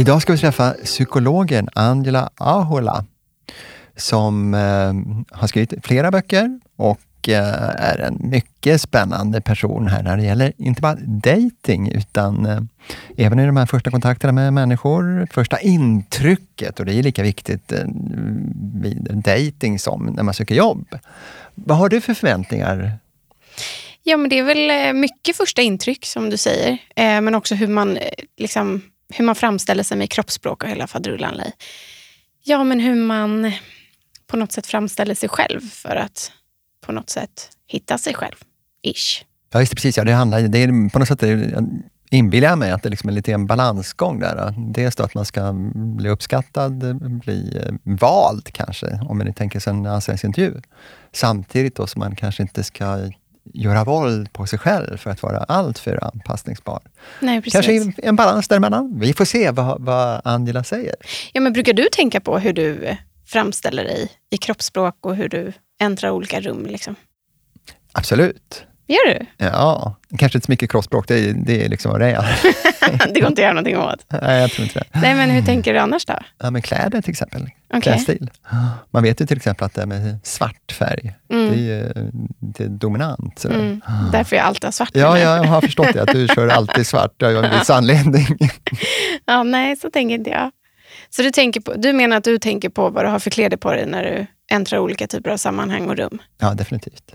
Idag ska vi träffa psykologen Angela Ahola som har skrivit flera böcker och är en mycket spännande person här när det gäller inte bara dating utan även i de här första kontakterna med människor, första intrycket, och det är lika viktigt vid dating som när man söker jobb. Vad har du för förväntningar? Ja, men det är väl mycket första intryck som du säger, men också hur man framställer sig med kroppsspråk och hela faderullan. Ja, men hur man på något sätt framställer sig själv för att på något sätt hitta sig själv. Ish. Ja, just det, precis. Ja, det är på något sätt inbillar jag mig att det liksom är lite en balansgång där. Dels då att man ska bli uppskattad, bli vald kanske, om man tänker sig en anställningsintervju. Samtidigt då som man kanske inte ska göra våld på sig själv för att vara allt för anpassningsbar. Nej, precis. Kanske en balans däremellan. Vi får se vad Angela säger. Ja, men brukar du tänka på hur du framställer dig i kroppsspråk och hur du äntrar olika rum liksom? Absolut. Gör du? Ja, kanske inte så mycket kroppsspråk, det är liksom vad det är. Det går inte att göra någonting åt. Nej, jag tror inte det. Nej, men hur tänker du annars då? Ja, men kläder till exempel. Okay. Klädstil. Man vet ju till exempel att det med svart färg, det är dominant. Därför jag alltid har svart. Ja, jag har förstått det, att du kör alltid svart. Det har en viss anledning. Ja, nej, så tänker inte jag. Så du menar att du tänker på vad du har för kläder på dig när du äntrar olika typer av sammanhang och rum? Ja, definitivt.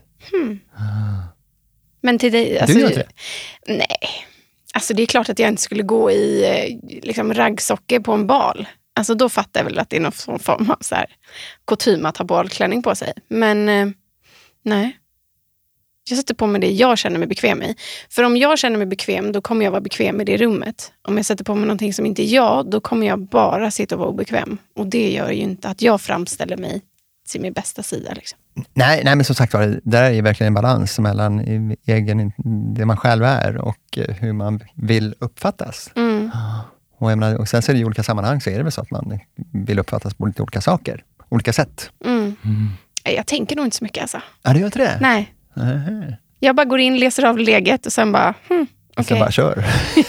Men till dig... Du gör inte det? Nej. Alltså det är klart att jag inte skulle gå i raggsockor på en bal. Alltså då fattar jag väl att det är någon form av så här kutym att ha balklänning på sig. Men nej. Jag sätter på mig det jag känner mig bekväm i. För om jag känner mig bekväm, då kommer jag vara bekväm i det rummet. Om jag sätter på mig någonting som inte är jag, då kommer jag bara sitta och vara obekväm. Och det gör ju inte att jag framställer mig till min bästa sida. Liksom. Nej, men som sagt var, där är verkligen en balans mellan det man själv är och hur man vill uppfattas. Och sen så är det i olika sammanhang så är det väl så att man vill uppfattas på lite olika saker. Olika sätt. Jag tänker nog inte så mycket alltså. Ja, det gör inte det? Nej. Jag bara går in, läser av läget och sen bara, okej. Sen bara kör.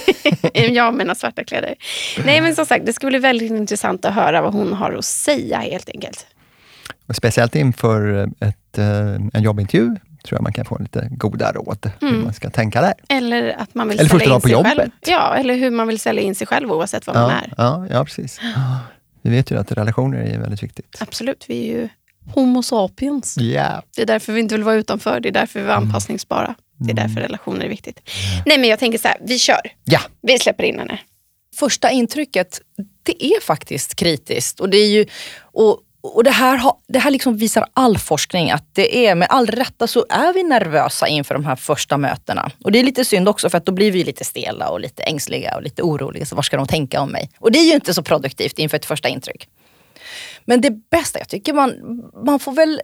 Jag menar svarta kläder. Nej, men som sagt, det skulle bli väldigt intressant att höra vad hon har att säga helt enkelt. Och speciellt inför en jobbintervju tror jag man kan få lite goda råd hur man ska tänka där. Eller att man vill sälja in sig på jobbet. Själv. Ja, eller hur man vill sälja in sig själv oavsett vad man är. Ja, precis. Vi vet ju att relationer är väldigt viktigt. Absolut, vi är ju homo sapiens. Yeah. Det är därför vi inte vill vara utanför, det är därför vi är anpassningsbara. Det är därför relationer är viktigt. Nej, men jag tänker så här, vi kör. Ja. Vi släpper in henne. Första intrycket, det är faktiskt kritiskt. Och det är ju... Och det här liksom visar all forskning att det är med all rätta så är vi nervösa inför de här första mötena. Och det är lite synd också för att då blir vi lite stela och lite ängsliga och lite oroliga. Så vad ska de tänka om mig? Och det är ju inte så produktivt inför ett första intryck. Men det bästa, jag tycker man får väl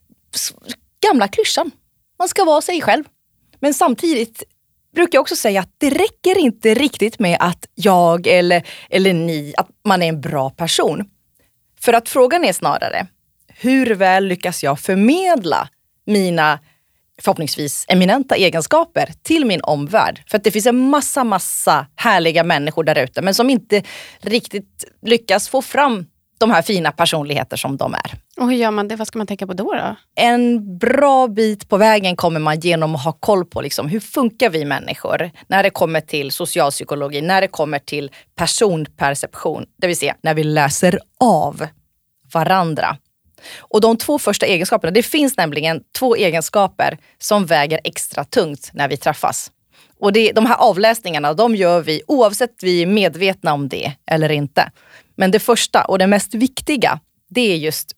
gamla klyschan. Man ska vara sig själv. Men samtidigt brukar jag också säga att det räcker inte riktigt med att jag eller ni, att man är en bra person. För att frågan är snarare, hur väl lyckas jag förmedla mina förhoppningsvis eminenta egenskaper till min omvärld? För att det finns en massa härliga människor där ute men som inte riktigt lyckas få fram de här fina personligheter som de är. Och hur gör man det? Vad ska man tänka på då? En bra bit på vägen kommer man genom att ha koll på liksom, hur funkar vi människor när det kommer till socialpsykologi, när det kommer till personperception, det vill säga när vi läser av varandra. Och de 2 första egenskaperna, det finns nämligen 2 egenskaper som väger extra tungt när vi träffas. Och de här avläsningarna, de gör vi oavsett vi är medvetna om det eller inte. Men det första och det mest viktiga, det är just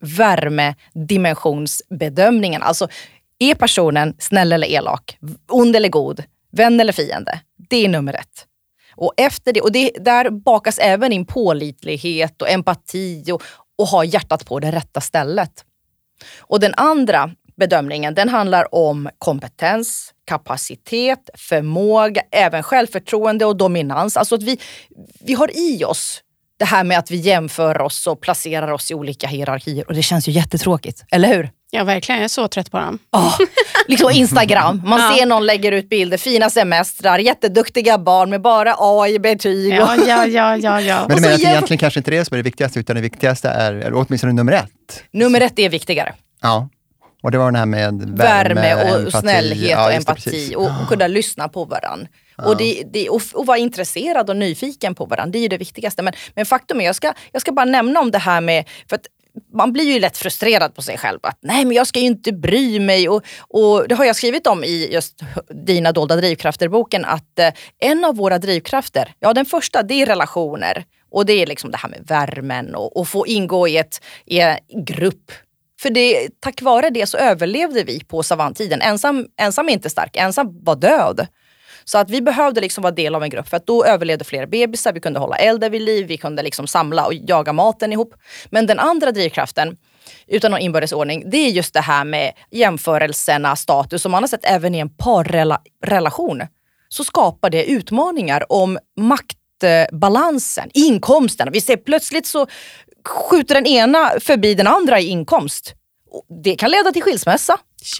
värmedimensionsbedömningen. Alltså, är personen snäll eller elak, ond eller god, vän eller fiende? Det är nummer 1. Och efter det, där bakas även in pålitlighet och empati och ha hjärtat på det rätta stället. Och den andra bedömningen, den handlar om kompetens, kapacitet, förmåga, även självförtroende och dominans. Alltså att vi har i oss det här med att vi jämför oss och placerar oss i olika hierarkier. Och det känns ju jättetråkigt, eller hur? Ja, verkligen. Jag är så trött på dem. Liksom Instagram. Man ser någon lägger ut bilder, fina semestrar, jätteduktiga barn med bara A i betyg. Ja. Men du menar att egentligen kanske inte det som är det viktigaste, utan det viktigaste är åtminstone nummer 1? Nummer 1 är viktigare. Ja. Och det var den här med värme och empati. snällhet och empati det, och kunna lyssna på varandra. Och, och vara intresserad och nyfiken på varandra, det är ju det viktigaste. Men faktum är, jag ska bara nämna om det här med, för att man blir ju lätt frustrerad på sig själv. Att nej, men jag ska ju inte bry mig. Och det har jag skrivit om i just Dina dolda drivkrafter-boken. Att en av våra drivkrafter, den första, det är relationer. Och det är liksom det här med värmen och få ingå i en grupp. För tack vare det så överlevde vi på savanntiden. Ensam är inte stark, ensam var död. Så att vi behövde liksom vara del av en grupp, för att då överlevde fler bebisar, vi kunde hålla elden vid liv, vi kunde liksom samla och jaga maten ihop. Men den andra drivkraften, utan någon inbördesordning, det är just det här med jämförelserna, status, som man har sett även i en parrelation. Så skapar det utmaningar om maktbalansen, inkomsten. Vi ser plötsligt så skjuter den ena förbi den andra i inkomst. Det kan leda till skilsmässa.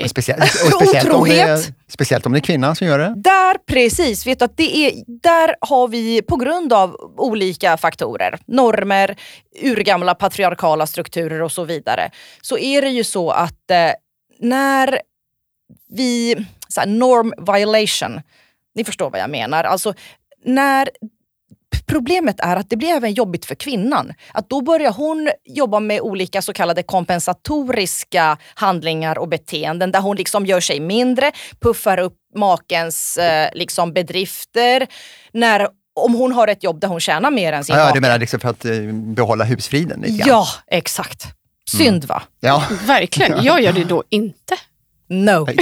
Speciellt om det är kvinnan som gör det. Precis, vet du, att där har vi på grund av olika faktorer, normer, urgamla patriarkala strukturer och så vidare, så är det ju så att när vi, norm violation, ni förstår vad jag menar, alltså när problemet är att det blir även jobbigt för kvinnan. Att då börjar hon jobba med olika så kallade kompensatoriska handlingar och beteenden där hon liksom gör sig mindre, puffar upp makens liksom bedrifter. Om hon har ett jobb där hon tjänar mer än sin make. Ja, du menar liksom för att behålla husfriden lite grann. Ja, exakt. Synd va? Ja. Verkligen. Jag gör det då inte. No. Bra.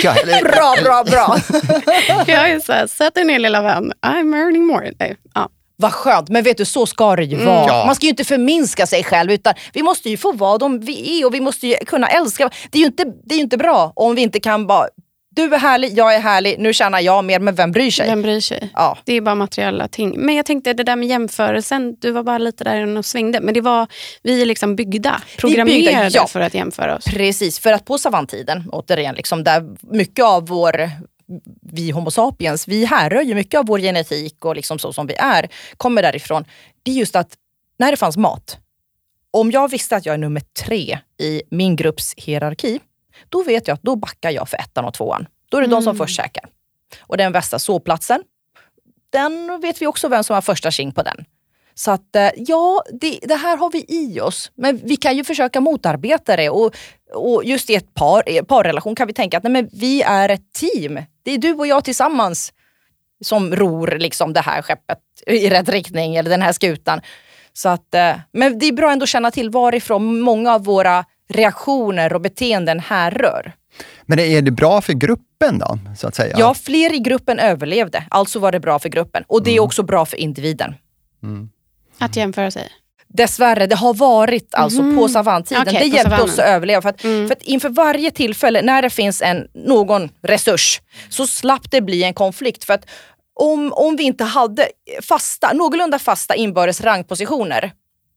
Jag är såhär, sätt dig ner lilla vän. I'm earning more. Ja. Vad skönt, men vet du, så ska det ju vara. Ja. Man ska ju inte förminska sig själv, utan vi måste ju få vara de vi är och vi måste ju kunna älska. Det är ju inte bra om vi inte kan bara, du är härlig, jag är härlig, nu tjänar jag mer, men vem bryr sig? Vem bryr sig? Ja. Det är bara materiella ting. Men jag tänkte, det där med jämförelsen, du var bara lite där och svängde, men vi är liksom programmerade för att jämföra oss. Precis, för att på savanntiden, återigen, liksom där mycket av vi homo sapiens, vi härrör ju mycket av vår genetik och liksom så som vi kommer därifrån. Det är just att när det fanns mat, om jag visste att jag är nummer 3 i min grupps hierarki, då vet jag att då backar jag för 1:an och 2:an. Då är det de som först käkar. Och den bästa sovplatsen, den vet vi också vem som har första king på den. Så att det här har vi i oss. Men vi kan ju försöka motarbeta det. Och just i ett parrelation kan vi tänka att nej, men vi är ett team. Det är du och jag tillsammans som ror liksom det här skeppet i rätt riktning, eller den här skutan. Så att, men det är bra ändå att känna till varifrån många av våra reaktioner och beteenden härrör. Men är det bra för gruppen då, så att säga? Ja, fler i gruppen överlevde. Alltså var det bra för gruppen. Och det är också bra för individen. Att jämföra sig. Dessvärre, det har varit alltså på savanntiden. Okay, det hjälpte oss att överleva. För att inför varje tillfälle när det finns någon resurs, så slapp det bli en konflikt. För att om vi inte hade någorlunda fasta inbördes rangpositioner,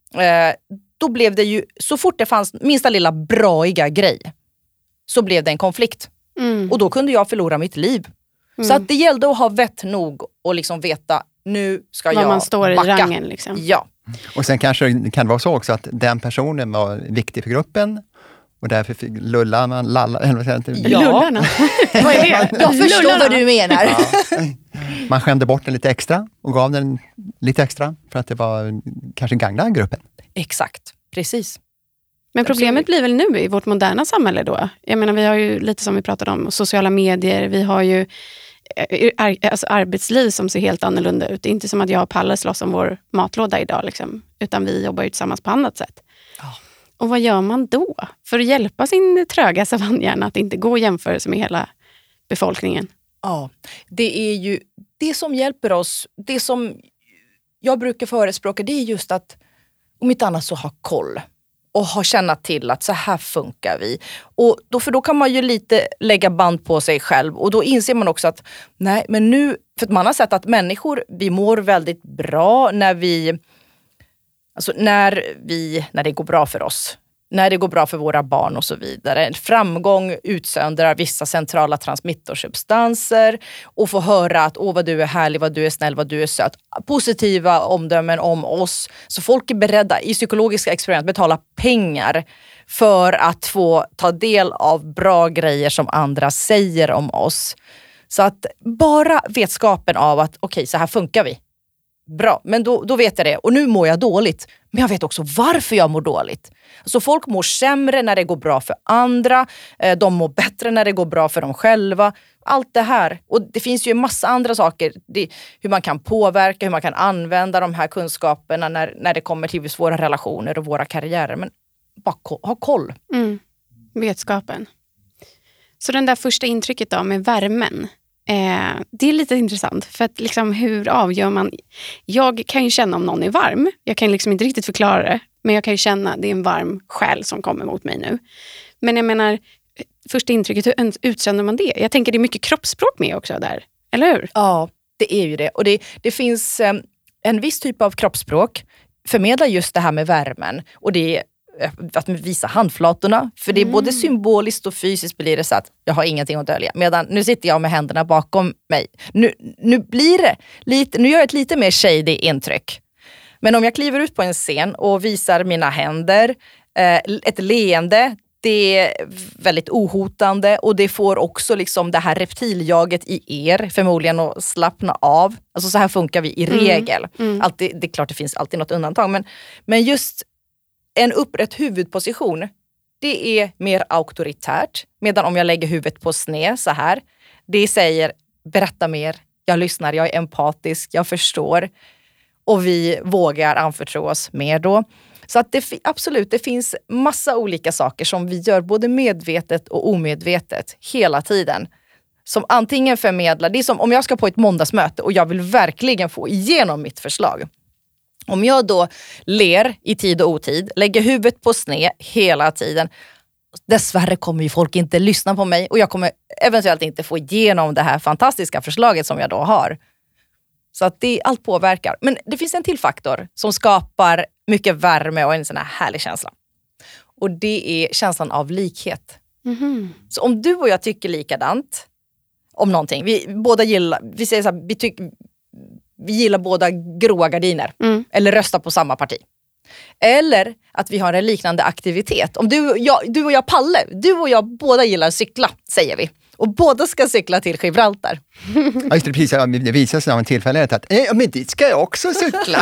då blev det ju, så fort det fanns minsta lilla braiga grej, så blev det en konflikt. Och då kunde jag förlora mitt liv. Så att det gällde att ha vett nog och liksom veta, nu ska jag man står backa. I rangen liksom. Ja. Och sen kanske det kan vara så också att den personen var viktig för gruppen och därför fick lullarna. Lullarna? Vad är det? Jag förstår vad du menar. Ja. Man skämde bort den lite extra och gav den lite extra för att det var kanske gagnade gruppen. Exakt, precis. Men problemet blir väl nu i vårt moderna samhälle då? Jag menar, vi har ju lite som vi pratade om, sociala medier, vi har ju arbetsliv som ser helt annorlunda ut. Det är inte som att jag och Palle slåss om vår matlåda idag liksom, utan vi jobbar ju tillsammans på annat sätt. Och vad gör man då för att hjälpa sin tröga savannhjärna att inte gå och jämföra med hela befolkningen? Ja, det är ju det som hjälper oss. Det som jag brukar förespråka, det är just att om inte annat så ha koll. Och ha kännat till att så här funkar vi. Och då kan man ju lite lägga band på sig själv. Och då inser man också att nej, men nu, för att man har sett att människor, vi mår väldigt bra när det går bra för oss. när det går bra för våra barn och så vidare. Framgång utsöndrar vissa centrala transmittorsubstanser och få höra att vad du är härlig, vad du är snäll, vad du är söt. Positiva omdömen om oss. Så folk är beredda i psykologiska experiment betala pengar för att få ta del av bra grejer som andra säger om oss. Så att bara vetskapen av att okej, så här funkar vi. Bra, men då vet jag det. Och nu mår jag dåligt. Men jag vet också varför jag mår dåligt. Så folk mår sämre när det går bra för andra. De mår bättre när det går bra för dem själva. Allt det här. Och det finns ju en massa andra saker. Hur man kan påverka, hur man kan använda de här kunskaperna när det kommer till våra relationer och våra karriärer. Men bara ha koll. Vetskapen. Så den där första intrycket då med värmen. Det är lite intressant för att liksom, hur avgör man? Jag kan ju känna om någon är varm. Jag kan liksom inte riktigt förklara det, men jag kan ju känna att det är en varm själ som kommer mot mig nu. Men jag menar, första intrycket, hur utkänner man det? Jag tänker det är mycket kroppsspråk med också där, eller hur? Ja, det är ju det. Och det finns en viss typ av kroppsspråk förmedlar just det här med värmen. Och det är att visa handflatorna. För det är både symboliskt och fysiskt blir det så att jag har ingenting att dölja. Medan nu sitter jag med händerna bakom mig. Nu blir det lite, nu gör jag ett lite mer shady intryck. Men om jag kliver ut på en scen och visar mina händer, ett leende, det är väldigt ohotande och det får också liksom det här reptiljaget i er förmodligen att slappna av. Alltså så här funkar vi i regel. Alltid, det är klart det finns alltid något undantag. Men just en upprätt huvudposition, det är mer auktoritärt. Medan om jag lägger huvudet på sned så här, det säger berätta mer, jag lyssnar, jag är empatisk, jag förstår. Och vi vågar anförtro oss mer då. Så att absolut, det finns massa olika saker som vi gör både medvetet och omedvetet hela tiden. Som antingen förmedlar, det är som om jag ska på ett måndagsmöte och jag vill verkligen få igenom mitt förslag. Om jag då ler i tid och otid, lägger huvudet på sned hela tiden, dessvärre kommer ju folk inte lyssna på mig och jag kommer eventuellt inte få igenom det här fantastiska förslaget som jag då har. Så att allt påverkar. Men det finns en till faktor som skapar mycket värme och en sån här härlig känsla. Och det är känslan av likhet. Så om du och jag tycker likadant om någonting, vi säger så här, vi gillar båda gråa gardiner. Eller röstar på samma parti. Eller att vi har en liknande aktivitet. Om du och jag Palle, du och jag båda gillar cykla, säger vi. Och båda ska cykla till Gibraltar. Ja, just det, precis. Det visar sig av en tillfällighet att men dit ska jag också cykla.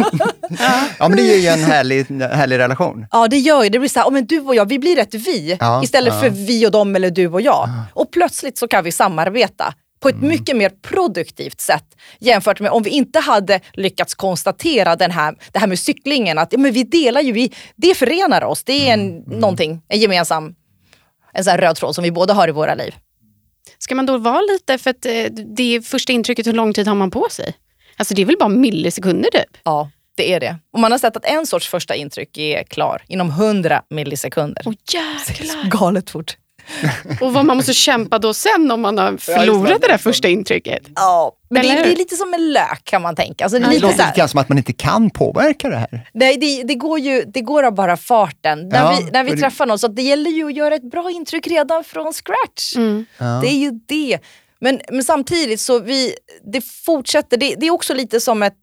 Ja, men det är ju en härlig relation. Ja, det gör ju. Det blir så här, men du och jag, vi blir ett vi. Istället för vi och dem eller du och jag. Och plötsligt så kan vi samarbeta på ett mycket mer produktivt sätt jämfört med om vi inte hade lyckats konstatera det här med cyklingen. Att men vi delar ju, det förenar oss. Det är en gemensam, en sån här röd tråd som vi båda har i våra liv. Ska man då vara lite, för att det är första intrycket, hur lång tid har man på sig? Alltså det är väl bara millisekunder typ? Ja, det är det. Och man har sett att en sorts första intryck är klar inom 100 millisekunder. Åh jäklar! Det är galet fort. Och vad man måste kämpa då sen om man har förlorat det där första intrycket. Ja, men det är lite som en lök kan man tänka. Alltså, det låter lite grann som att man inte kan påverka det här. Nej, det går av bara farten. När vi träffar någon, så det gäller ju att göra ett bra intryck redan från scratch. Det är ju det. Men samtidigt så det fortsätter. Det är också lite som ett...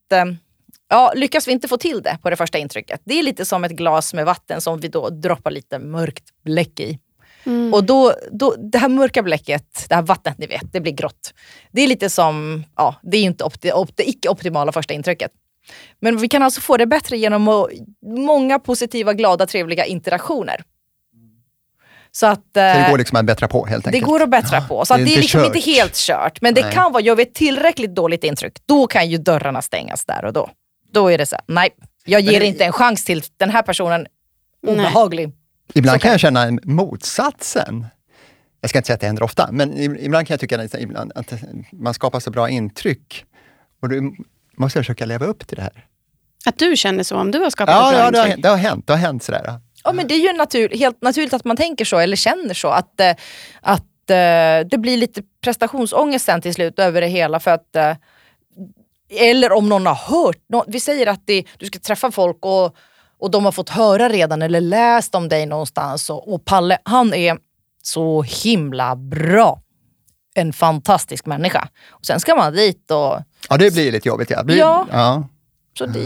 lyckas vi inte få till det på det första intrycket. Det är lite som ett glas med vatten som vi då droppar lite mörkt bläck i. Och då det här mörka bläcket, det här vattnet ni vet, det blir grått. Det är lite som, det är ju inte det icke-optimala första intrycket. Men vi kan alltså få det bättre genom många positiva, glada, trevliga interaktioner. Så det går liksom att bättra på helt enkelt. Det går att bättra på. Så att det är liksom inte helt kört. Men det kan vara, jag vet tillräckligt dåligt intryck. Då kan ju dörrarna stängas där och då. Då är det så här, nej, jag ger inte en chans till den här personen obehaglig. Ibland kan jag känna motsatsen. Jag ska inte säga att det händer ofta, men ibland kan jag tycka att man skapar så bra intryck. Och du måste försöka leva upp till det här. Att du känner så om du har skapat ett bra intryck? Det har hänt sådär. Ja, men det är ju helt naturligt att man tänker så eller känner så. Att det blir lite prestationsångest sen till slut över det hela. För att, eller om någon har hört. Vi säger att du ska träffa folk Och de har fått höra redan eller läst om dig någonstans. Och Palle, han är så himla bra. En fantastisk människa. Och sen ska man dit och... Ja, det blir lite jobbigt. Ja. Så det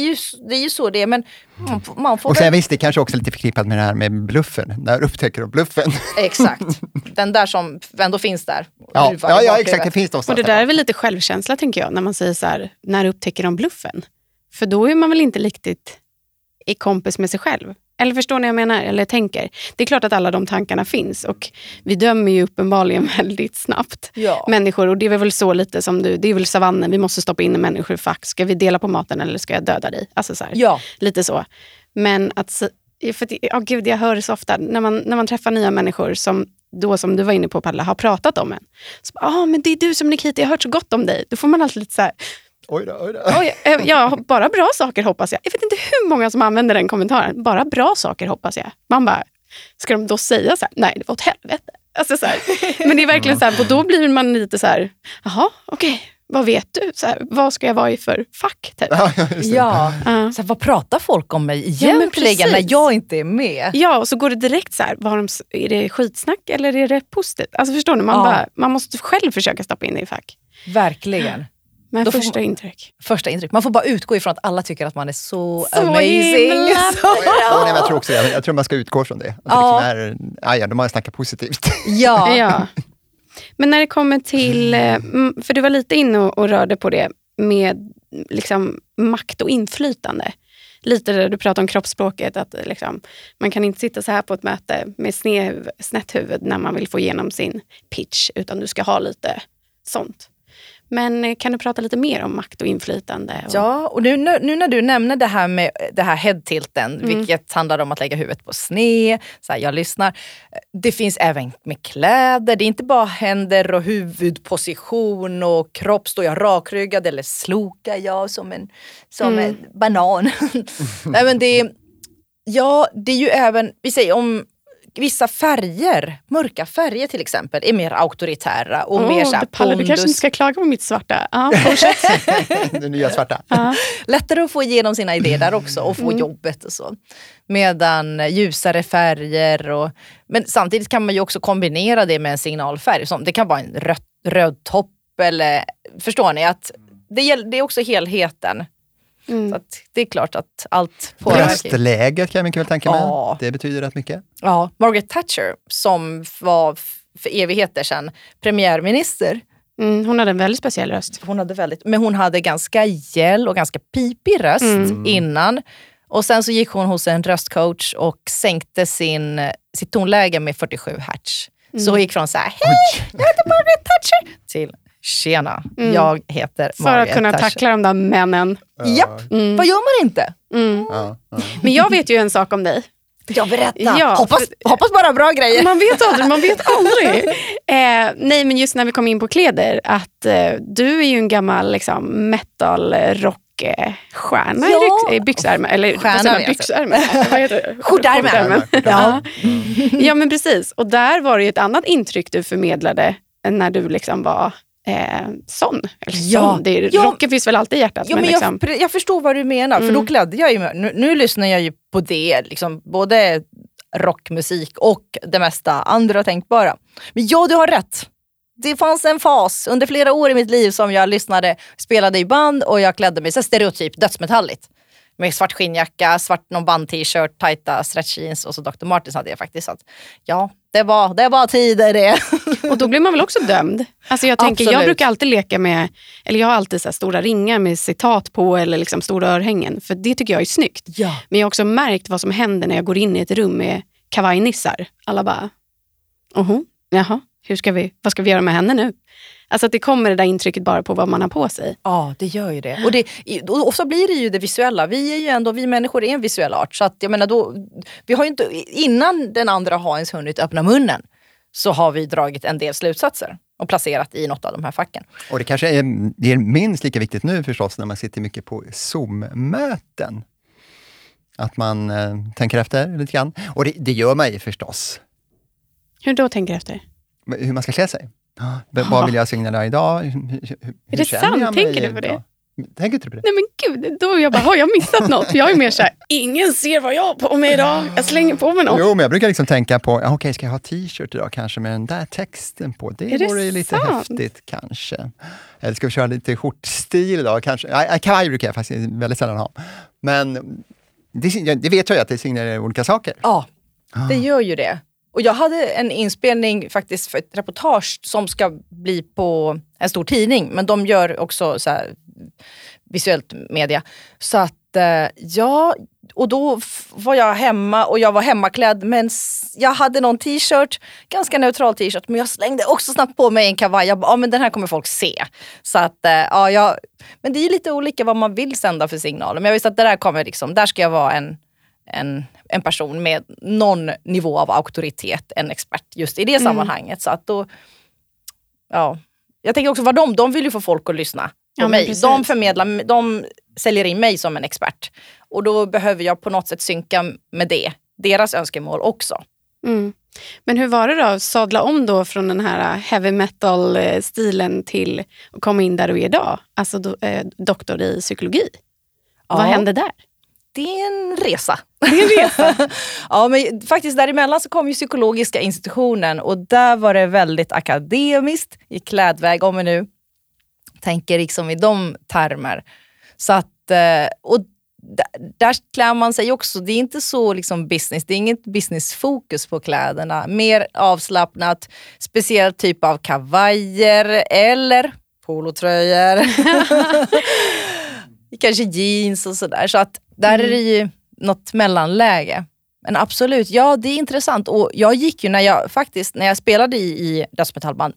är ju så det är. Men man får och sen visst, det kanske också är lite förknippat med det här med bluffen. När upptäcker de bluffen? Exakt. Den där som ändå finns där. Ja, exakt. Det finns någonstans. Och det där är väl lite självkänsla, tänker jag. När man säger så här, när upptäcker de bluffen? För då är man väl inte riktigt i kompis med sig själv. Eller förstår ni vad jag menar? Eller tänker. Det är klart att alla de tankarna finns. Och vi dömer ju uppenbarligen väldigt snabbt människor. Och det är väl så lite som det är väl savannen. Vi måste stoppa in människor i fack. Ska vi dela på maten eller ska jag döda dig? Alltså så här, lite så. Men att, gud, jag hör det så ofta. När man träffar nya människor som du var inne på, Palle, har pratat om en. Så, men det är du som Nikita, jag har hört så gott om dig. Då får man alltid lite så här... Oj då. Ja, bara bra saker hoppas jag. Jag vet inte hur många som använder den kommentaren. Bara bra saker hoppas jag. Man bara, ska de då säga så här? Nej, det var åt helvete. Alltså så här. Men det är verkligen så här, och då blir man lite så här, jaha, okej, vad vet du? Så här, vad ska jag vara i för fack? Typ? Så här, vad pratar folk om mig egentligen när jag inte är med? Ja, och så går det direkt så här, är det skitsnack eller är det positivt? Alltså förstår ni, man måste själv försöka stoppa in det i fack. Verkligen. Men första intryck. Man får bara utgå ifrån att alla tycker att man är så amazing. Jag tror också det. Jag tror man ska utgå från det. Att de har snackat positivt. Ja. Men när det kommer till, för du var lite inne och rörde på det med liksom makt och inflytande. Lite där du pratar om kroppsspråket, att liksom, man kan inte sitta så här på ett möte med snett huvud när man vill få igenom sin pitch, utan du ska ha lite sånt. Men kan du prata lite mer om makt och inflytande? Ja, och nu när du nämner det här med det här headtilten, vilket handlar om att lägga huvudet på sned, så här, jag lyssnar. Det finns även med kläder, det är inte bara händer och huvudposition och kropp, står jag rakryggad eller slokar jag som en banan? Nej, men det är ju även, vi säger om vissa färger, mörka färger till exempel, är mer auktoritära och mer så här pondus. Du kanske inte ska klaga på mitt svarta. Ja, fortsätt. Det nya svarta. Lättare att få igenom sina idéer där också och få jobbet och så. Medan ljusare färger men samtidigt kan man ju också kombinera det med en signalfärg. Det kan vara en röd topp eller, förstår ni att det är också helheten. Så att det är klart att allt påverkar. Röstläget kan jag mycket väl tänka mig. Det betyder rätt mycket. Ja, Margaret Thatcher som var för evigheter sedan premiärminister. Hon hade en väldigt speciell röst. Men hon hade ganska gäll och ganska pipig röst innan. Och sen så gick hon hos en röstcoach och sänkte sitt tonläge med 47 hertz. Så hon gick från så här, hej, jag heter Margaret Thatcher, till tjena, jag heter Margaret Thatcher. För att kunna tackla de där männen. Japp, vad gör man inte? Men jag vet ju en sak om dig. Jag berättar. Hoppas bara bra grejer. Man vet aldrig. Nej, men just när vi kom in på kläder, att du är ju en gammal liksom, metal-rock-stjärna i byxärmen. Eller byxärmen. Vad heter det? Skjortärmen. Ja, men precis. Och där var det ju ett annat intryck du förmedlade när du liksom var sån. Rocken finns väl alltid i hjärtat. Ja, men liksom... jag förstår vad du menar. För då klädde jag ju, nu lyssnar jag ju på det. Liksom, både rockmusik och det mesta andra tänkbara. Men ja, du har rätt. Det fanns en fas under flera år i mitt liv som jag spelade i band och jag klädde mig så stereotyp dödsmetalligt. Med svart skinnjacka, svart någon band-t-shirt, tajta stretch jeans och så Dr. Martens hade jag faktiskt. Så ja, det var tider det. Och då blir man väl också dömd? Alltså jag tänker, jag brukar alltid leka med, eller jag har alltid så här stora ringar med citat på eller liksom stora örhängen. För det tycker jag är snyggt. Ja. Men jag har också märkt vad som händer när jag går in i ett rum med kavajnissar. Alla bara, jaha, vad ska vi göra med henne nu? Alltså att det kommer det där intrycket bara på vad man har på sig. Ja, det gör ju det. Och ofta blir det ju det visuella. Vi människor är en visuell art. Så att jag menar vi har ju inte, innan den andra har ens hunnit öppna munnen, så har vi dragit en del slutsatser och placerat i något av de här facken. Och det kanske är minst lika viktigt nu förstås när man sitter mycket på Zoom-möten. Att man tänker efter lite grann. Och det gör man ju förstås. Hur då tänker efter? Hur man ska klä sig. Vad vill jag signalera idag? Är det sant? Tänker du på det? Tänker inte du på det? Nej men gud, då jag bara, har jag missat något? Jag är mer så här, ingen ser vad jag har på mig idag. Jag slänger på mig något. Jo, men jag brukar liksom tänka på, okej, ska jag ha t-shirt idag kanske med den där texten på? Det vore lite häftigt kanske. Eller ska vi köra lite skjortstil idag kanske? Nej, kavaj brukar jag faktiskt väldigt sällan ha. Men det vet jag ju att det signalerar olika saker. Ja, det gör ju det. Och jag hade en inspelning faktiskt för ett reportage som ska bli på en stor tidning. Men de gör också så här visuellt media. Så att och då var jag hemma och jag var hemmaklädd. Men jag hade någon t-shirt, ganska neutral t-shirt. Men jag slängde också snabbt på mig en kavaj. Jag bara, men den här kommer folk se. Så att, men det är ju lite olika vad man vill sända för signaler. Men jag visste att det där kommer liksom, där ska jag vara en person med någon nivå av auktoritet, en expert just i det sammanhanget. Så att då, jag tänker också vad de vill ju få folk att lyssna på mig. De förmedlar, de säljer in mig som en expert. Och då behöver jag på något sätt synka med deras önskemål också. Mm. Men hur var det då? Sadla om då från den här heavy metal-stilen till att komma in där du är idag? Alltså doktor i psykologi. Ja. Vad hände där? Det är en resa. Ja, men faktiskt däremellan så kom ju psykologiska institutionen och där var det väldigt akademiskt i klädväg, om vi nu tänker liksom i de termer. Så att, och där klär man sig också, det är inte så liksom business, det är inget businessfokus på kläderna, mer avslappnat, speciell typ av kavajer eller polotröjor. Kanske jeans och sådär. Så att där är det ju något mellanläge. Men absolut, ja det är intressant. Och jag gick ju när jag spelade i dödsmetallband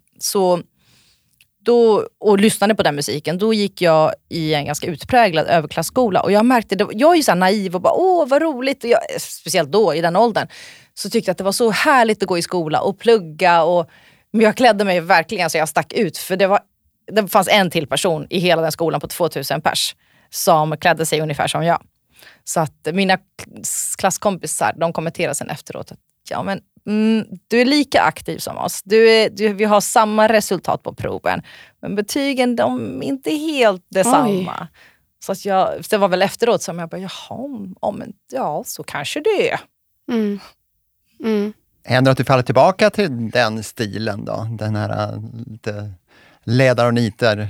och lyssnade på den musiken, då gick jag i en ganska utpräglad överklassskola. Och jag märkte, jag är ju så här naiv och bara, vad roligt. Och speciellt då, i den åldern, så tyckte jag att det var så härligt att gå i skola och plugga. Men jag klädde mig verkligen så jag stack ut. För det fanns en till person i hela den skolan på 2000 pers som klädde sig ungefär som jag. Så att mina klasskompisar, de kommenterade sen efteråt att du är lika aktiv som oss. Vi har samma resultat på proven. Men betygen, de är inte helt detsamma. Så att det var väl efteråt som jag bara, så kanske det är. Mm. Mm. Händer att du faller tillbaka till den stilen då? Den här lite ledar och nitar.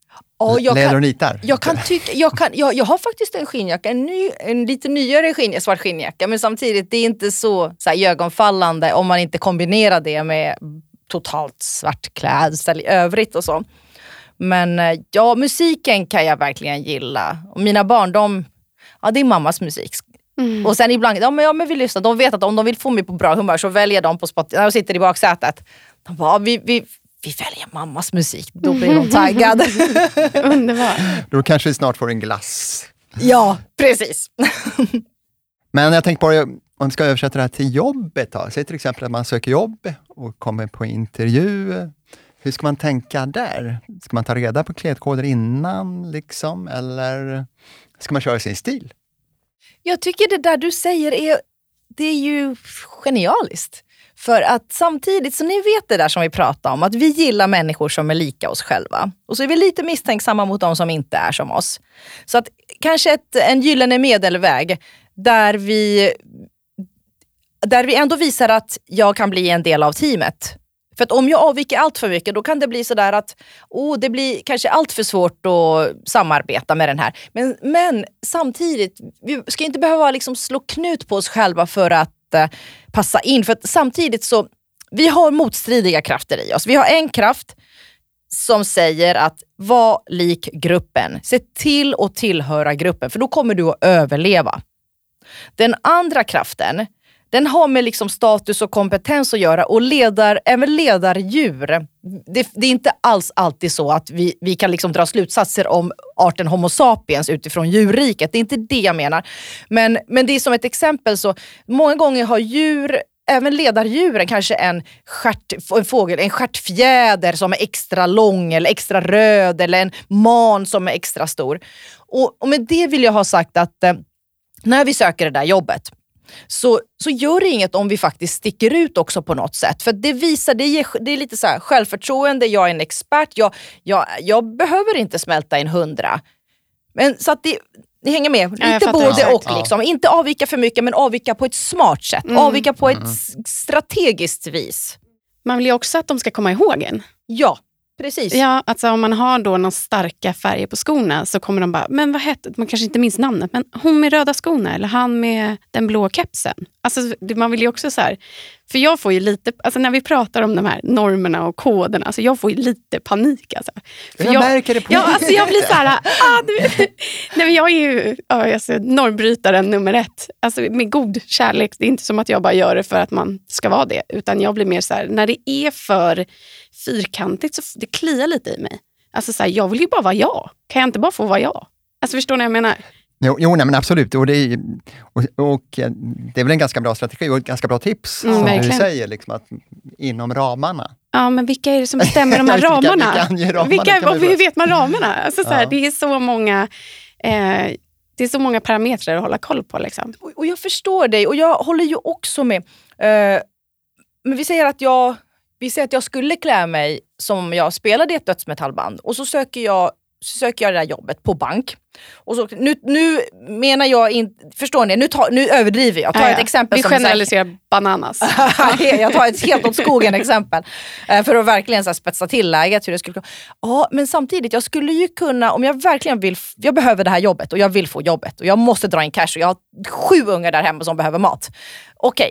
Jag har faktiskt en skinnjacka, en lite nyare svart skinnjacka, men samtidigt det är inte så ögonfallande om man inte kombinerar det med totalt svart klädsel i övrigt och så. Men musiken kan jag verkligen gilla. Och mina barn, det är mammas musik. Mm. Och sen ibland, men vi lyssnar. De vet att om de vill få mig på bra humör så väljer de på Spotify. När de sitter i baksätet. De bara, vi väljer mammas musik. Då blir de taggad. Underbart. Då kanske vi snart får en glass. Ja, precis. Men jag tänker på, om man ska översätta det här till jobbet då. Säg till exempel att man söker jobb och kommer på intervju. Hur ska man tänka där? Ska man ta reda på klädkoder innan liksom? Eller ska man köra sin stil? Jag tycker det där du säger det är ju genialiskt. För att samtidigt, så ni vet det där som vi pratar om, att vi gillar människor som är lika oss själva. Och så är vi lite misstänksamma mot de som inte är som oss. Så att kanske en gyllene medelväg där vi ändå visar att jag kan bli en del av teamet. För att om jag avviker allt för mycket, då kan det bli sådär att det blir kanske allt för svårt att samarbeta med den här. Men samtidigt, vi ska inte behöva liksom slå knut på oss själva för att passa in. För att samtidigt så, vi har motstridiga krafter i oss. Vi har en kraft som säger att var lik gruppen. Se till att tillhöra gruppen, för då kommer du att överleva. Den andra kraften, den har med liksom status och kompetens att göra och även ledardjur. Det är inte alls alltid så att vi kan liksom dra slutsatser om arten Homo sapiens utifrån djurriket. Det är inte det jag menar. Men det är som ett exempel så, många gånger har även ledardjuren kanske en stjärtfjäder som är extra lång eller extra röd eller en man som är extra stor. Och med det vill jag ha sagt att när vi söker det där jobbet så gör det inget om vi faktiskt sticker ut också på något sätt. För det visar, det är lite så här självförtroende, jag är en expert, jag behöver inte smälta in 100. Men så att ni hänger med. Lite både och liksom. Inte avvika för mycket, men avvika på ett smart sätt. Avvika på ett strategiskt vis. Man vill ju också att de ska komma ihåg en. Ja, precis. Ja, alltså om man har då några starka färger på skorna så kommer de bara, men vad hette, man kanske inte minns namnet, men hon med röda skorna eller han med den blå kepsen. Alltså man vill ju också så här, för jag får ju lite, alltså när vi pratar om de här normerna och koderna, alltså jag får ju lite panik alltså. För jag märker det på ja, alltså jag blir så här, nej men jag är ju alltså, normbrytaren nummer 1. Alltså med god kärlek, det är inte som att jag bara gör det för att man ska vara det, utan jag blir mer så här, när det är för fyrkantigt så det kliar lite i mig. Alltså så här, jag vill ju bara vara jag. Kan jag inte bara få vara jag? Alltså förstår ni vad jag menar? Jo, nej, men absolut. Och det är väl en ganska bra strategi och ett ganska bra tips som du säger, liksom, att inom ramarna. Ja, men vilka är det som bestämmer de här ramarna? Hur vet man ramarna? Alltså, så här, det är så många... det är så många parametrar att hålla koll på. Liksom. Och jag förstår dig och jag håller ju också med. Men vi säger att jag skulle klä mig som jag spelade i ett dödsmetallband. Och så söker jag det där jobbet på bank. Och så, nu menar jag inte... Förstår ni? Nu överdriver jag. Tar ett exempel. Vi generaliserar bananas. Jag tar ett helt åt skogen exempel. För att verkligen så här, spetsa till läget. Hur det skulle... Ja, men samtidigt, jag skulle ju kunna... Om jag verkligen vill... Jag behöver det här jobbet och jag vill få jobbet. Och jag måste dra in cash och jag har 7 ungar där hemma som behöver mat. Okej.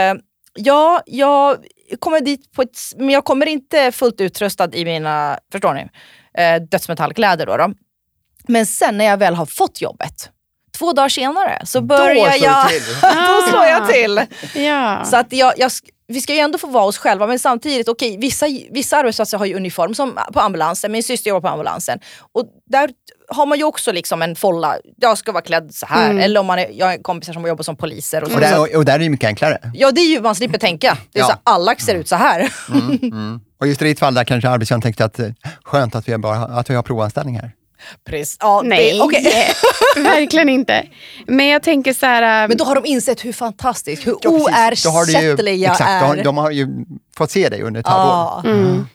Jag kommer dit på ett... Men jag kommer inte fullt utrustad i mina... Förstår ni? Dödsmetallkläder då. Men sen när jag väl har fått jobbet 2 dagar senare så börjar jag då slår jag till. Ja. Så att vi ska ju ändå få vara oss själva, men samtidigt vissa arbetsplatser har ju uniform som på ambulansen. Min syster jobbar på ambulansen och där har man ju också liksom en folla. Jag ska vara klädd så här eller om jag har kompisar som jobbar som poliser och där är det mycket enklare. Ja, det är ju man slipper tänka. Det är så alla ser ut så här. Och just i ditt fall där kanske arbetsgivaren tänkte att skönt att vi har provanställning här. Precis. Ja, nej, verkligen inte. Men jag tänker så här... Men då har de insett hur fantastiskt, hur oersättliga är. De har ju fått se dig under ett halvår.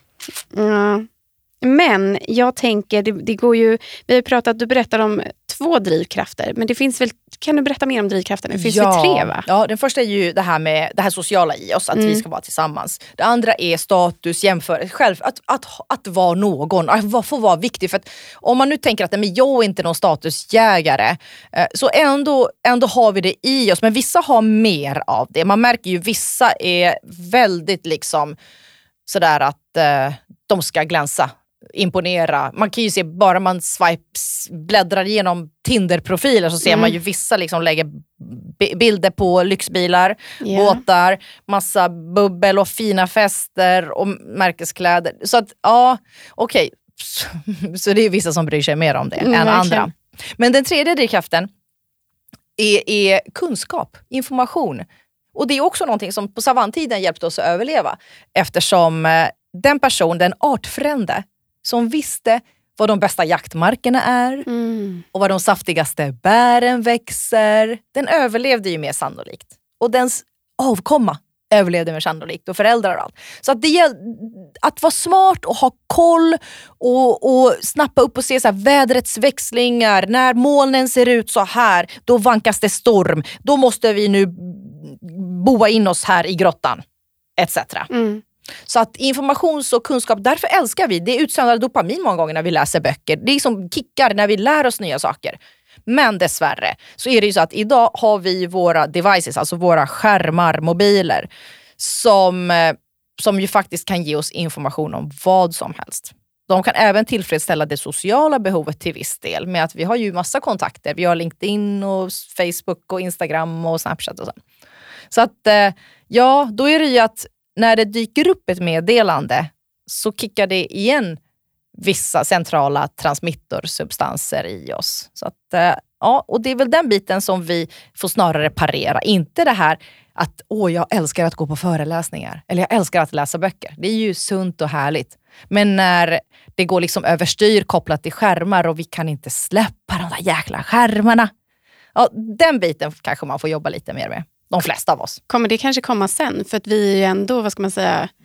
Men jag tänker, det går ju... Vi har pratat, du berättar om 2 drivkrafter. Men det finns väl... Kan du berätta mer om drivkrafterna? Det finns väl 3, va? Ja, den första är ju det här med det här sociala i oss. Att vi ska vara tillsammans. Det andra är status, jämförelse. Själv, att vara någon. Att få vara viktig. För att om man nu tänker att men jag är inte någon statusjägare. Så ändå har vi det i oss. Men vissa har mer av det. Man märker ju vissa är väldigt liksom sådär att de ska glänsa. Imponera. Man kan ju se, bara man bläddrar igenom Tinder-profiler så ser man ju vissa liksom lägger bilder på lyxbilar, båtar, massa bubbel och fina fester och märkeskläder. Så att, okej. Så det är vissa som bryr sig mer om det än andra. Men den tredje drivkraften är kunskap, information. Och det är också någonting som på savanntiden hjälpte oss att överleva. Eftersom den artfrände som visste vad de bästa jaktmarkerna är och var de saftigaste bären växer, den överlevde ju mer sannolikt. Och dens avkomma överlevde mer sannolikt och föräldrar och allt. Så att vara smart och ha koll och snappa upp och se så här, vädrets växlingar. När molnen ser ut så här, då vankas det storm. Då måste vi nu boa in oss här i grottan, etc. Så att informations- och kunskap, därför älskar vi. Det utsöndrar dopamin många gånger när vi läser böcker. Det är som kickar när vi lär oss nya saker. Men dessvärre så är det ju så att idag har vi våra devices, alltså våra skärmar, mobiler, som ju faktiskt kan ge oss information om vad som helst. De kan även tillfredsställa det sociala behovet till viss del med att vi har ju massa kontakter. Vi har LinkedIn och Facebook och Instagram och Snapchat och så. Så att då är det ju att när det dyker upp ett meddelande så kickar det igen vissa centrala transmittorsubstanser i oss. Så att, och det är väl den biten som vi får snarare parera. Inte det här att jag älskar att gå på föreläsningar eller jag älskar att läsa böcker. Det är ju sunt och härligt. Men när det går liksom överstyr kopplat till skärmar och vi kan inte släppa de där jäkla skärmarna. Ja, den biten kanske man får jobba lite mer med. De flesta av oss. Kommer det kanske komma sen? För att vi är ju ändå, vad ska man säga,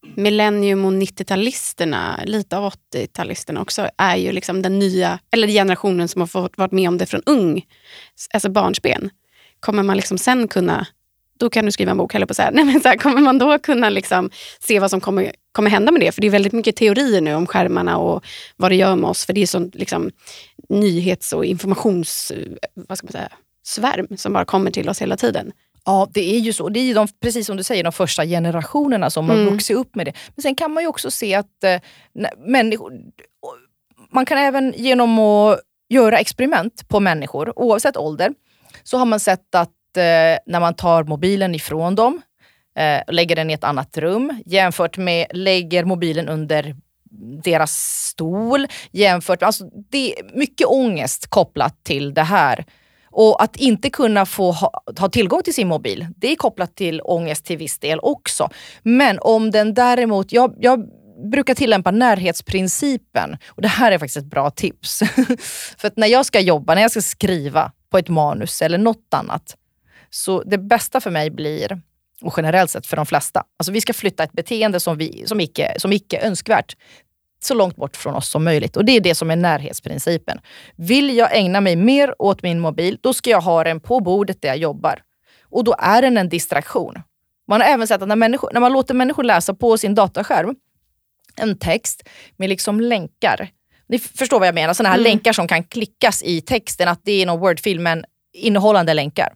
millennium- och 90-talisterna, lite av 80-talisterna också, är ju liksom den nya, eller generationen som har fått varit med om det från alltså barnsben. Kommer man liksom sen kunna, då kan du skriva en bok, eller på så här, nej men så här, kommer man då kunna liksom se vad som kommer hända med det? För det är väldigt mycket teorier nu om skärmarna och vad det gör med oss, för det är sånt liksom nyhets- och informations, vad ska man säga, svärm som bara kommer till oss hela tiden. Ja, det är ju så. Det är ju precis som du säger, de första generationerna som har vuxit upp med det. Men sen kan man ju också se att människor, man kan även genom att göra experiment på människor, oavsett ålder, så har man sett att när man tar mobilen ifrån dem, lägger den i ett annat rum, jämfört med lägger mobilen under deras stol, alltså det är mycket ångest kopplat till det här. Och att inte kunna få ha tillgång till sin mobil, det är kopplat till ångest till viss del också. Men om den däremot, jag brukar tillämpa närhetsprincipen. Och det här är faktiskt ett bra tips. För att när jag ska jobba, när jag ska skriva på ett manus eller något annat, så det bästa för mig blir, och generellt sett för de flesta, alltså vi ska flytta ett beteende som icke önskvärt så långt bort från oss som möjligt. Och det är det som är närhetsprincipen. Vill jag ägna mig mer åt min mobil, då ska jag ha den på bordet där jag jobbar. Och då är den en distraktion. Man har även sett att när man låter människor läsa på sin dataskärm en text med liksom länkar. Ni förstår vad jag menar. Sådana här länkar som kan klickas i texten, att det är någon Word-film men innehållande länkar.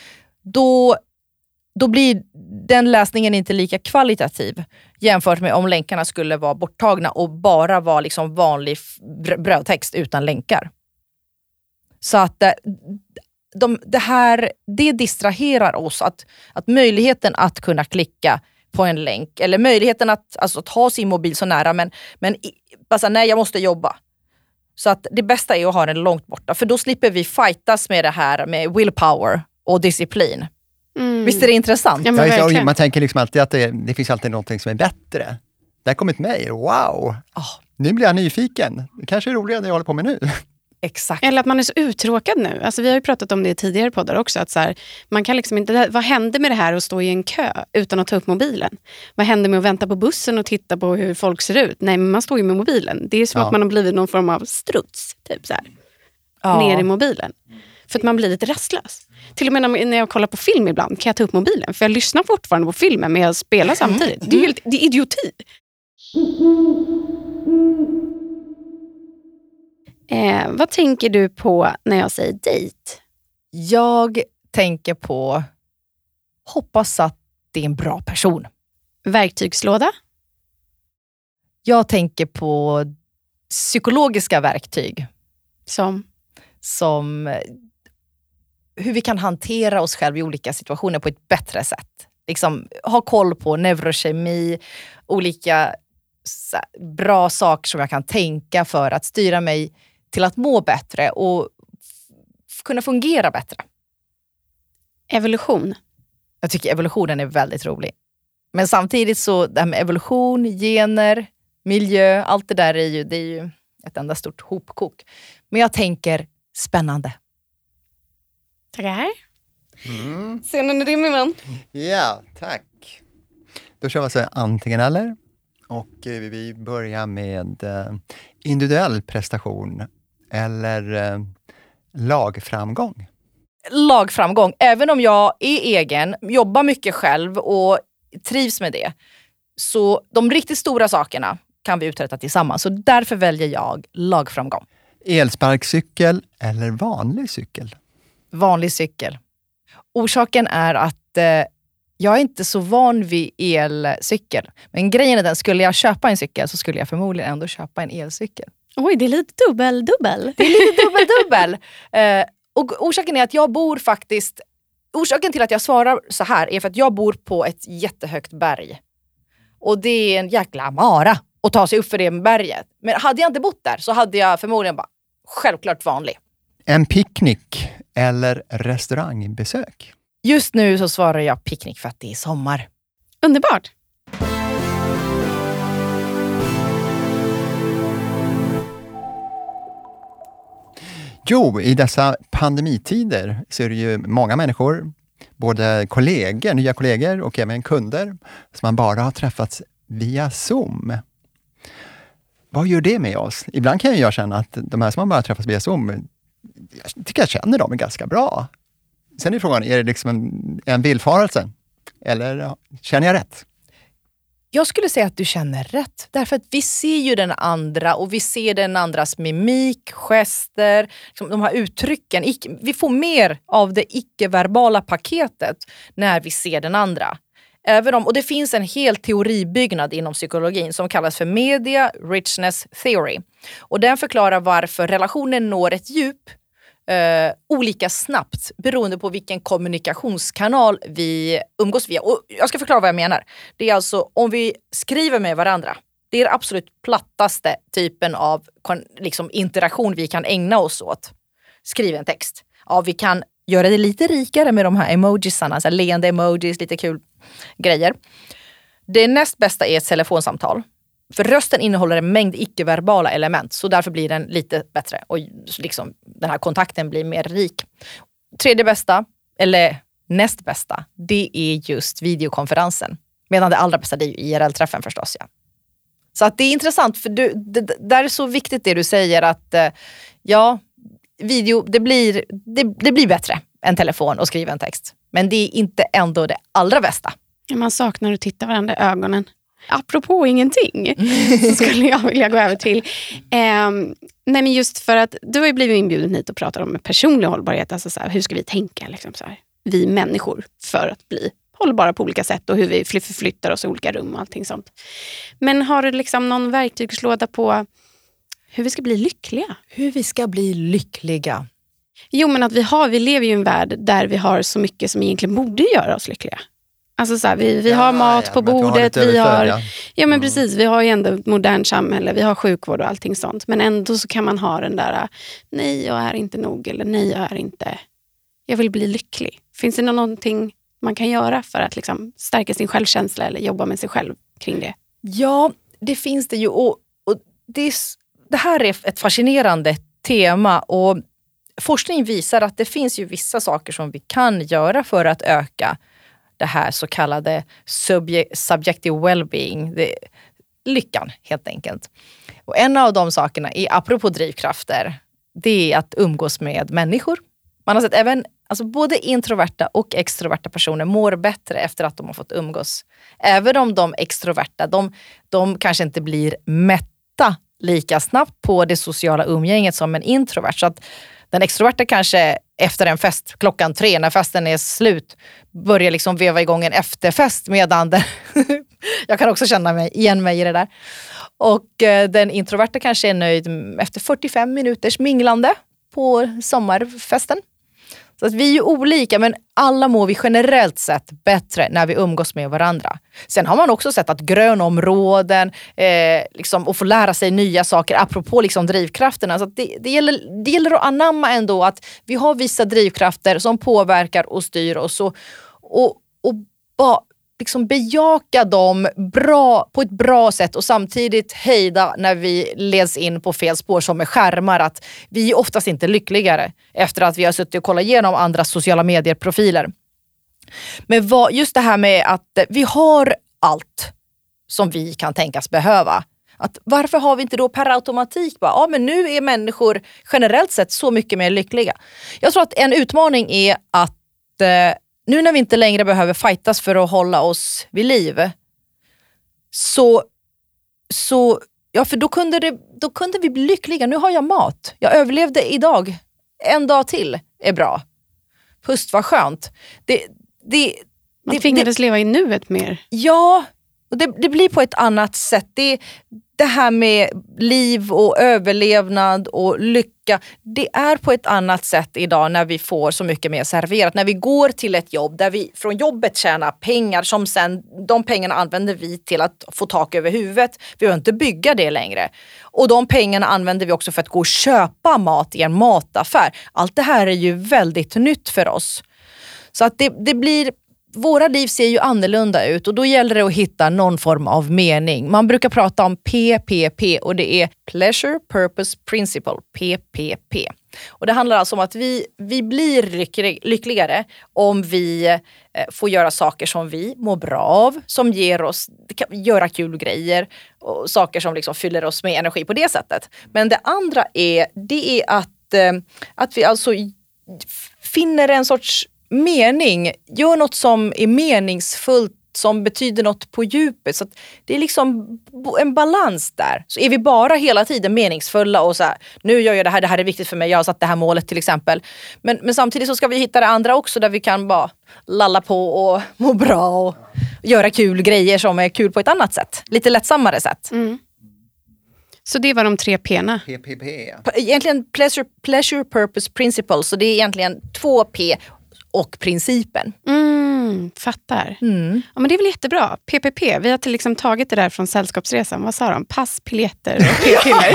Då blir den läsningen inte lika kvalitativ jämfört med om länkarna skulle vara borttagna och bara vara liksom vanlig brödtext utan länkar. Så att det distraherar oss, att möjligheten att kunna klicka på en länk eller möjligheten att ha sin mobil så nära, men alltså, nej, jag måste jobba. Så att det bästa är att ha den långt borta, för då slipper vi fightas med det här med willpower och disciplin. Visst är det intressant? Ja, man tänker liksom alltid att det finns alltid någonting som är bättre. Det har kommit mig, wow! Nu blir jag nyfiken. Det kanske är roligare det jag håller på med nu. Exakt. Eller att man är så uttråkad nu. Alltså, vi har ju pratat om det i tidigare poddar också. Att så här, man kan liksom inte, vad händer med det här att stå i en kö utan att ta upp mobilen? Vad händer med att vänta på bussen och titta på hur folk ser ut? Nej, men man står ju med mobilen. Det är som att man har blivit någon form av struts. Typ så här. Ner i mobilen. För att man blir lite rastlös. Till och med när jag kollar på film ibland kan jag ta upp mobilen. För jag lyssnar fortfarande på filmen men jag spelar samtidigt. Det är idioti. Vad tänker du på när jag säger dejt? Jag tänker på, hoppas att det är en bra person. Verktygslåda? Jag tänker på psykologiska verktyg. Som hur vi kan hantera oss själva i olika situationer på ett bättre sätt. Liksom ha koll på neurokemi, olika bra saker som jag kan tänka för att styra mig till att må bättre och kunna fungera bättre. Evolution. Jag tycker evolutionen är väldigt rolig. Men samtidigt så, det här med evolution, gener, miljö, allt det där det är ju ett enda stort hopkok. Men jag tänker spännande. Tackar. Scenen är din, min vän. Ja, tack. Då kör vi så antingen eller. Och vi börjar med individuell prestation eller lagframgång. Lagframgång. Även om jag är egen, jobbar mycket själv och trivs med det. Så de riktigt stora sakerna kan vi uträtta tillsammans. Så därför väljer jag lagframgång. Elsparkcykel eller vanlig cykel? Vanlig cykel. Orsaken är att jag är inte så van vid elcykel. Men grejen är den, skulle jag köpa en cykel så skulle jag förmodligen ändå köpa en elcykel. Oj, det är lite dubbel. Det är lite dubbel. Och orsaken är att jag bor faktiskt... Orsaken till att jag svarar så här är för att jag bor på ett jättehögt berg. Och det är en jäkla mara att ta sig upp för det berget. Men hade jag inte bott där så hade jag förmodligen bara självklart vanlig. En picknick eller restaurangbesök? Just nu så svarar jag picknick för att det är sommar. Underbart! Jo, i dessa pandemitider så är det ju många människor, både nya kollegor och även kunder, som man bara har träffats via Zoom. Vad gör det med oss? Ibland kan jag känna att de här som man bara träffas via Zoom, jag tycker jag känner dem ganska bra. Sen är frågan, är det liksom en villfarelse? Eller känner jag rätt? Jag skulle säga att du känner rätt. Därför att vi ser ju den andra och vi ser den andras mimik, gester, liksom de här uttrycken. Vi får mer av det icke-verbala paketet när vi ser den andra. Och det finns en hel teoribyggnad inom psykologin som kallas för Media Richness Theory. Och den förklarar varför relationen når ett djup olika snabbt beroende på vilken kommunikationskanal vi umgås via. Och jag ska förklara vad jag menar. Det är alltså om vi skriver med varandra. Det är den absolut plattaste typen av liksom, interaktion vi kan ägna oss åt. Skriva en text. Ja, vi kan göra det lite rikare med de här emojisarna. Så här leende emojis, lite kul grejer. Det näst bästa är ett telefonsamtal. För rösten innehåller en mängd icke-verbala element. Så därför blir den lite bättre. Och liksom, den här kontakten blir mer rik. Tredje bästa, eller näst bästa, det är just videokonferensen. Medan det allra bästa det är ju IRL-träffen förstås. Ja. Så att det är intressant. För där är så viktigt det du säger att video, det blir bättre än telefon och skriva en text. Men det är inte ändå det allra bästa. Man saknar att titta varandra i ögonen. Apropå ingenting så skulle jag vilja gå över till nej men just för att du har ju blivit inbjuden hit och pratar om personlig hållbarhet, alltså så här, hur ska vi tänka liksom så här, vi människor för att bli hållbara på olika sätt och hur vi förflyttar oss i olika rum och allting sånt. Men har du liksom någon verktygslåda på hur vi ska bli lyckliga? Hur vi ska bli lyckliga? Jo, men att vi lever ju i en värld där vi har så mycket som egentligen borde göra oss lyckliga. Alltså så här, vi har mat på bordet, vi har precis, vi har ju ändå ett modernt samhälle, vi har sjukvård och allting sånt. Men ändå så kan man ha den där, nej jag är inte nog, eller nej jag vill bli lycklig. Finns det någonting man kan göra för att liksom stärka sin självkänsla eller jobba med sig själv kring det? Ja, det finns det ju och det här är ett fascinerande tema och forskning visar att det finns ju vissa saker som vi kan göra för att öka det här så kallade subjective well-being, lyckan helt enkelt. Och en av de sakerna är, apropå drivkrafter, det är att umgås med människor. Man har sett även, alltså både introverta och extroverta personer mår bättre efter att de har fått umgås. Även om de extroverta, de kanske inte blir mätta lika snabbt på det sociala umgänget som en introvert. Så att den extroverta kanske efter en fest, 3:00 när festen är slut, börjar liksom veva igång en efterfest medan jag kan också känna igen mig i det där. Och den introverta kanske är nöjd efter 45 minuters minglande på sommarfesten. Så att vi är ju olika, men alla mår vi generellt sett bättre när vi umgås med varandra. Sen har man också sett att grönområden liksom, och få lära sig nya saker apropå liksom drivkrafterna. Så att det gäller att anamma ändå att vi har vissa drivkrafter som påverkar och styr oss och liksom bejaka dem på ett bra sätt och samtidigt hejda när vi leds in på fel spår som med skärmar, att vi är oftast inte lyckligare efter att vi har suttit och kollat igenom andra sociala medier-profiler. Men just det här med att vi har allt som vi kan tänkas behöva. Att varför har vi inte då per automatik bara, men nu är människor generellt sett så mycket mer lyckliga. Jag tror att en utmaning är att nu när vi inte längre behöver fightas för att hålla oss vid liv för då kunde vi bli lyckliga. Nu har jag mat. Jag överlevde idag. En dag till är bra. Pust, vad skönt. Man tvingades leva i nuet mer. Ja, och det blir på ett annat sätt. Det här med liv och överlevnad och lycka, det är på ett annat sätt idag när vi får så mycket mer serverat. När vi går till ett jobb där vi från jobbet tjänar pengar som sen, de pengarna använder vi till att få tak över huvudet. Vi behöver inte bygga det längre. Och de pengarna använder vi också för att gå och köpa mat i en mataffär. Allt det här är ju väldigt nytt för oss. Så att det blir våra liv ser ju annorlunda ut och då gäller det att hitta någon form av mening. Man brukar prata om PPP och det är Pleasure Purpose Principle, PPP. Och det handlar alltså om att vi blir lyckligare om vi får göra saker som vi mår bra av, som ger oss, göra kul grejer och saker som liksom fyller oss med energi på det sättet. Men det andra är att vi alltså finner en sorts mening, gör något som är meningsfullt, som betyder något på djupet. Så att det är liksom en balans där. Så är vi bara hela tiden meningsfulla och så här, nu gör jag det här är viktigt för mig, jag har satt det här målet till exempel. Men samtidigt så ska vi hitta det andra också där vi kan bara lalla på och må bra och göra kul grejer som är kul på ett annat sätt. Lite lättsammare sätt. Mm. Så det var de 3 P:na. PPP. Egentligen pleasure purpose principle, så det är egentligen 2 P och principen. Fattar. Ja, men det är väl jättebra. PPP, vi har till liksom tagit det där från Sällskapsresan. Vad sa de? Pass, biljetter och p-piller.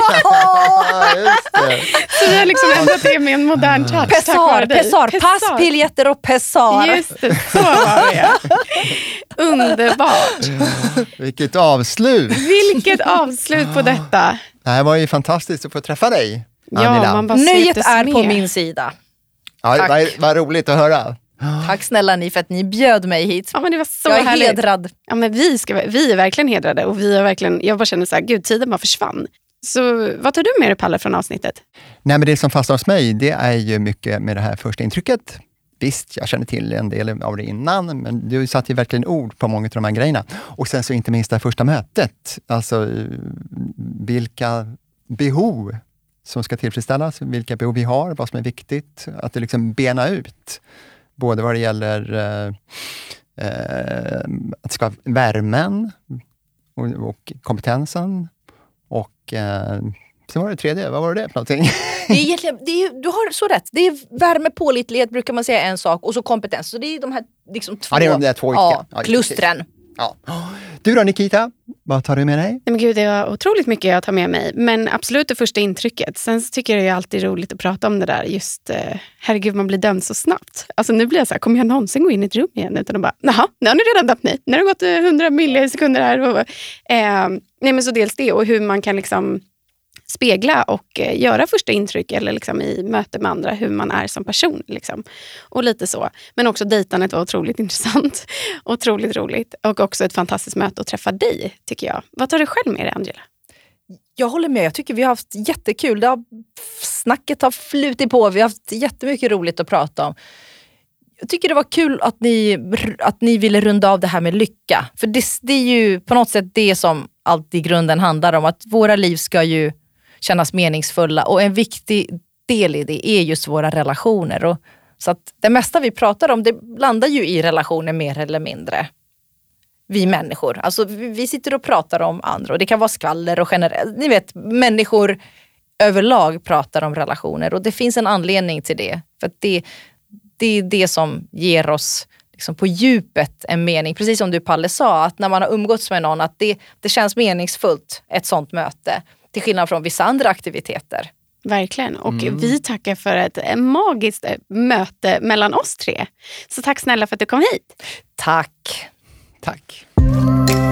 Så vi har liksom ändrat det med en modern touch. Pessar. Pass, biljetter och pessar. Just det, så var det. Underbart. Vilket avslut. Vilket avslut på detta. Det här var ju fantastiskt att få träffa dig, Angela. Ja, man bara Nöjet är med. på min sida. Ja, vad roligt att höra. Tack snälla ni för att ni bjöd mig hit. Ja, men det var så jag är härligt. hedrad. Ja, men vi är verkligen hedrade och vi är verkligen, jag bara känner så här, gud, tiden bara försvann. Så vad tar du med dig, Palle, från avsnittet? Nej, men det som fastnar hos mig, det är ju mycket med det här första intrycket. Visst, jag känner till en del av det innan, men du satt ju verkligen ord på många av de här grejerna. Och sen så inte minst det första mötet. Alltså, vilka behov som ska tillfredsställas, vilka behov vi har, vad som är viktigt. Att det liksom bena ut. Både vad det gäller att skapa värmen och kompetensen. Och sen var det tredje, vad var det för någonting? Det är egentligen, du har så rätt. Det är värme, pålitlighet brukar man säga en sak och så kompetens. Så det är de här liksom 2. Ja, det är de där 2 klustren. Ja. Du då, Nikita? Vad tar du med dig? Nej, men gud, det var otroligt mycket jag tar med mig. Men absolut det första intrycket. Sen så tycker jag det är alltid roligt att prata om det där. Just, herregud, man blir dömd så snabbt. Alltså nu blir jag så här, kommer jag någonsin gå in i ett rum igen? Utan de bara, naha, nu har ni redan dömt mig. Nu har det gått 100 millisekunder här. Och, nej, men så dels det och hur man kan liksom spegla och göra första intryck eller liksom i möte med andra hur man är som person. Liksom. Och lite så. Men också dejtandet var otroligt intressant. Otroligt roligt. Och också ett fantastiskt möte att träffa dig, tycker jag. Vad tar du själv med dig, Angela? Jag håller med. Jag tycker vi har haft jättekul. Snacket har flutit på. Vi har haft jättemycket roligt att prata om. Jag tycker det var kul att ni ville runda av det här med lycka. För det är ju på något sätt det som allt i grunden handlar om. Att våra liv ska ju kännas meningsfulla. Och en viktig del i det är just våra relationer. Och så att det mesta vi pratar om, det landar ju i relationer mer eller mindre. Vi människor. Alltså vi sitter och pratar om andra. Och det kan vara skvaller och generellt. Ni vet, människor överlag pratar om relationer. Och det finns en anledning till det. För att det är det som ger oss liksom på djupet en mening. Precis som du, Palle, sa. Att när man har umgåtts med någon, att det känns meningsfullt, ett sånt möte. Till skillnad från vissa andra aktiviteter. Verkligen. Och vi tackar för ett magiskt möte mellan oss 3. Så tack snälla för att du kom hit. Tack. Tack.